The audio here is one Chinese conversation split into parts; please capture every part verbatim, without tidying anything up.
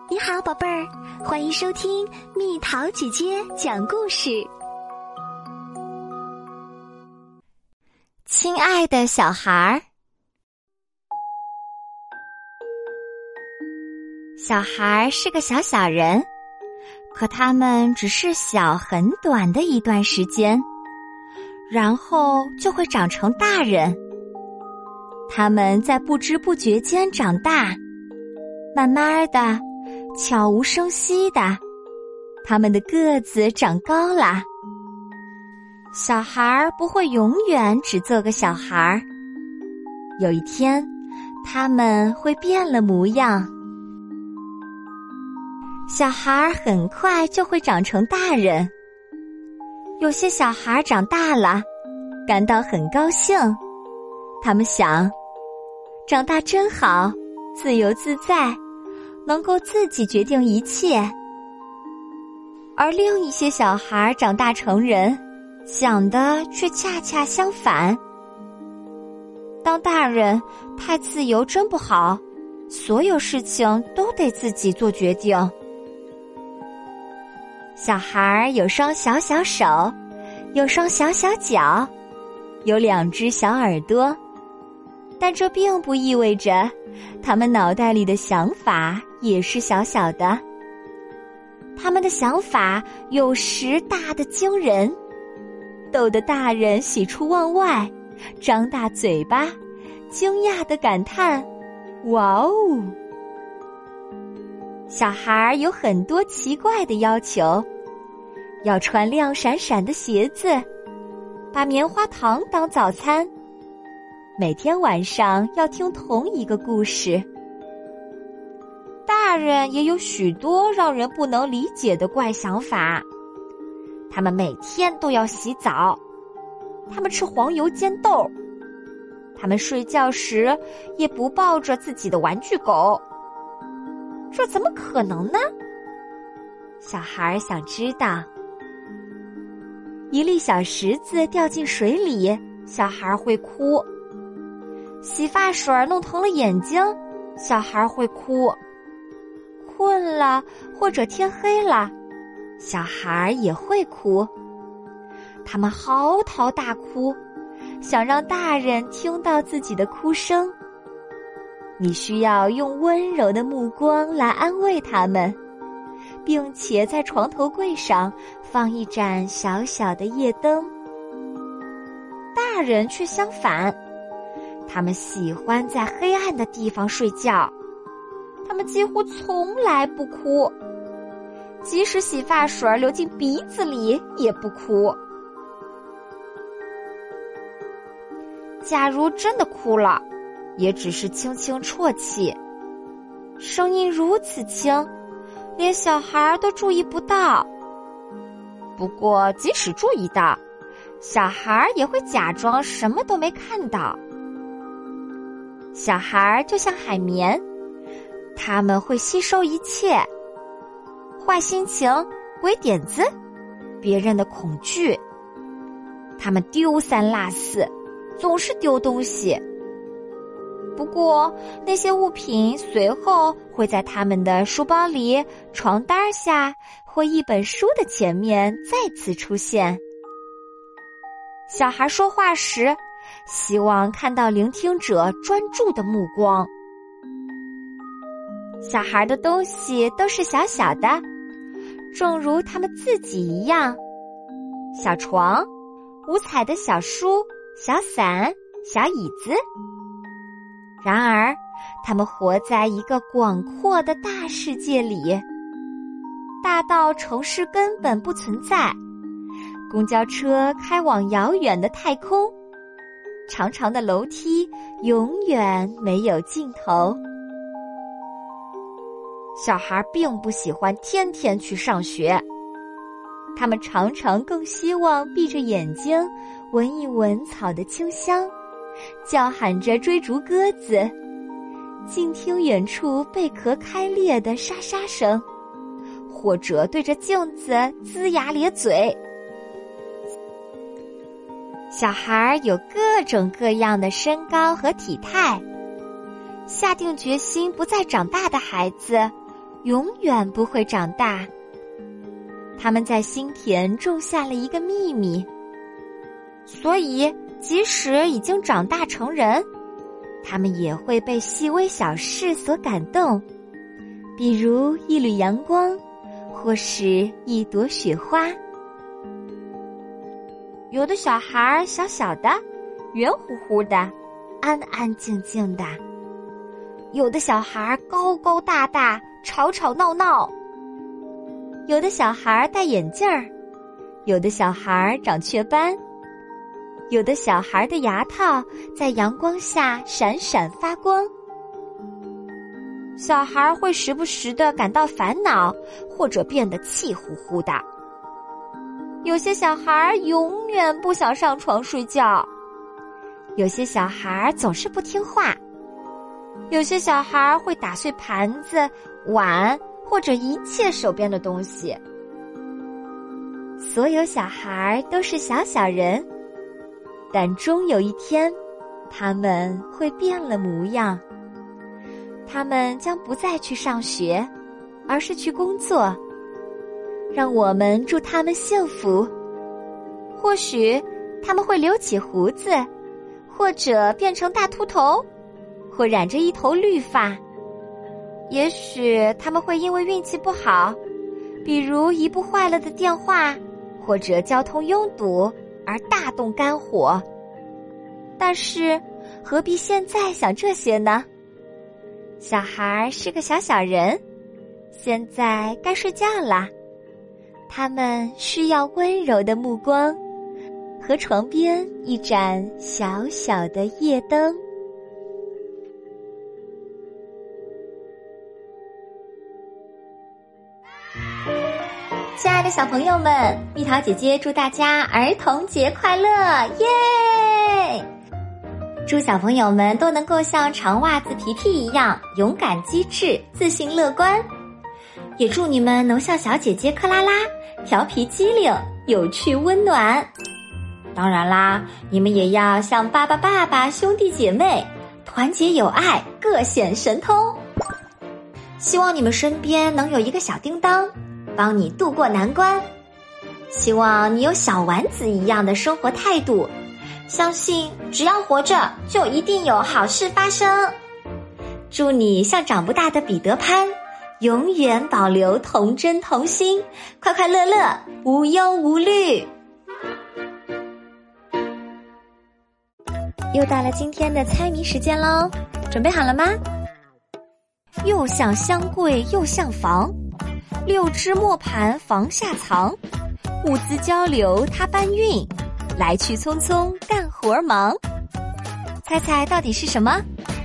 你好，宝贝儿，欢迎收听蜜桃姐姐讲故事。 亲爱的小孩儿，小孩是个小小人，可他们只是小很短的一段时间，然后就会长成大人。他们在不知不觉间长大，慢慢的，悄无声息的，他们的个子长高了。小孩儿不会永远只做个小孩儿，有一天，他们会变了模样。小孩儿很快就会长成大人。有些小孩长大了，感到很高兴。他们想，长大真好，自由自在，能够自己决定一切。而另一些小孩长大成人，想的却恰恰相反。当大人太自由真不好，所有事情都得自己做决定。小孩有双小小手，有双小小脚，有两只小耳朵，但这并不意味着他们脑袋里的想法也是小小的。他们的想法有时大得惊人，逗得大人喜出望外，张大嘴巴，惊讶地感叹：哇哦！小孩有很多奇怪的要求，要穿亮闪闪的鞋子，把棉花糖当早餐，每天晚上要听同一个故事。大人也有许多让人不能理解的怪想法。他们每天都要洗澡，他们吃黄油煎豆，他们睡觉时也不抱着自己的玩具狗。这怎么可能呢？小孩想知道。一粒小石子掉进水里，小孩会哭。洗发水弄疼了眼睛，小孩会哭。困了或者天黑了，小孩也会哭。他们嚎啕大哭，想让大人听到自己的哭声。你需要用温柔的目光来安慰他们，并且在床头柜上放一盏小小的夜灯。大人却相反，他们喜欢在黑暗的地方睡觉，他们几乎从来不哭，即使洗发水流进鼻子里也不哭。假如真的哭了，也只是轻轻啜泣，声音如此轻，连小孩都注意不到。不过即使注意到，小孩也会假装什么都没看到。小孩就像海绵，他们会吸收一切，坏心情、鬼点子、别人的恐惧。他们丢三落四，总是丢东西。不过那些物品随后会在他们的书包里、床单下或一本书的前面再次出现。小孩说话时，希望看到聆听者专注的目光。小孩的东西都是小小的，正如他们自己一样。小床，五彩的小书，小伞，小椅子。然而，他们活在一个广阔的大世界里，大到城市根本不存在，公交车开往遥远的太空，长长的楼梯永远没有尽头。小孩并不喜欢天天去上学，他们常常更希望闭着眼睛闻一闻草的清香，叫喊着追逐鸽子，静听远处贝壳开裂的沙沙声，或者对着镜子龇牙咧嘴。小孩有各种各样的身高和体态，下定决心不再长大的孩子， 永远不会长大。他们在心田种下了一个秘密，所以即使已经长大成人，他们也会被细微小事所感动，比如一缕阳光，或是一朵雪花。有的小孩小小的，圆乎乎的，安安静静的；有的小孩高高大大，吵吵闹闹；有的小孩戴眼镜儿，有的小孩长雀斑，有的小孩的牙套在阳光下闪闪发光。小孩会时不时地感到烦恼，或者变得气呼呼的。有些小孩永远不想上床睡觉，有些小孩总是不听话，有些小孩会打碎盘子、碗或者一切手边的东西。所有小孩都是小小人，但终有一天，他们会变了模样。他们将不再去上学，而是去工作。让我们祝他们幸福。或许他们会留起胡子，或者变成大秃头，或染着一头绿发。也许他们会因为运气不好，比如一部坏了的电话，或者交通拥堵而大动肝火。但是何必现在想这些呢？小孩是个小小人，现在该睡觉了。他们需要温柔的目光和床边一盏小小的夜灯。亲爱的小朋友们，蜜桃姐姐祝大家儿童节快乐，耶！祝小朋友们都能够像长袜子皮皮一样勇敢机智、自信乐观。也祝你们能像小姐姐克拉拉调皮机灵、有趣温暖。当然啦，你们也要像爸爸爸爸兄弟姐妹团结友爱，各显神通。希望你们身边能有一个小叮当，帮你度过难关。希望你有小丸子一样的生活态度，相信只要活着就一定有好事发生。祝你像长不大的彼得潘，永远保留童真童心，快快乐乐，无忧无虑。又到了今天的猜谜时间喽，准备好了吗？又像香柜又像房，六只磨盘房下藏，物资交流它搬运，来去匆匆干活忙。猜猜到底是什么？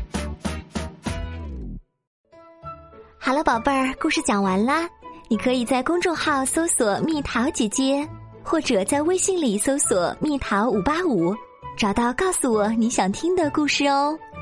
好了，宝贝儿，故事讲完啦。你可以在公众号搜索蜜桃姐姐，或者在微信里搜索蜜桃五八五，找到告诉我你想听的故事哦。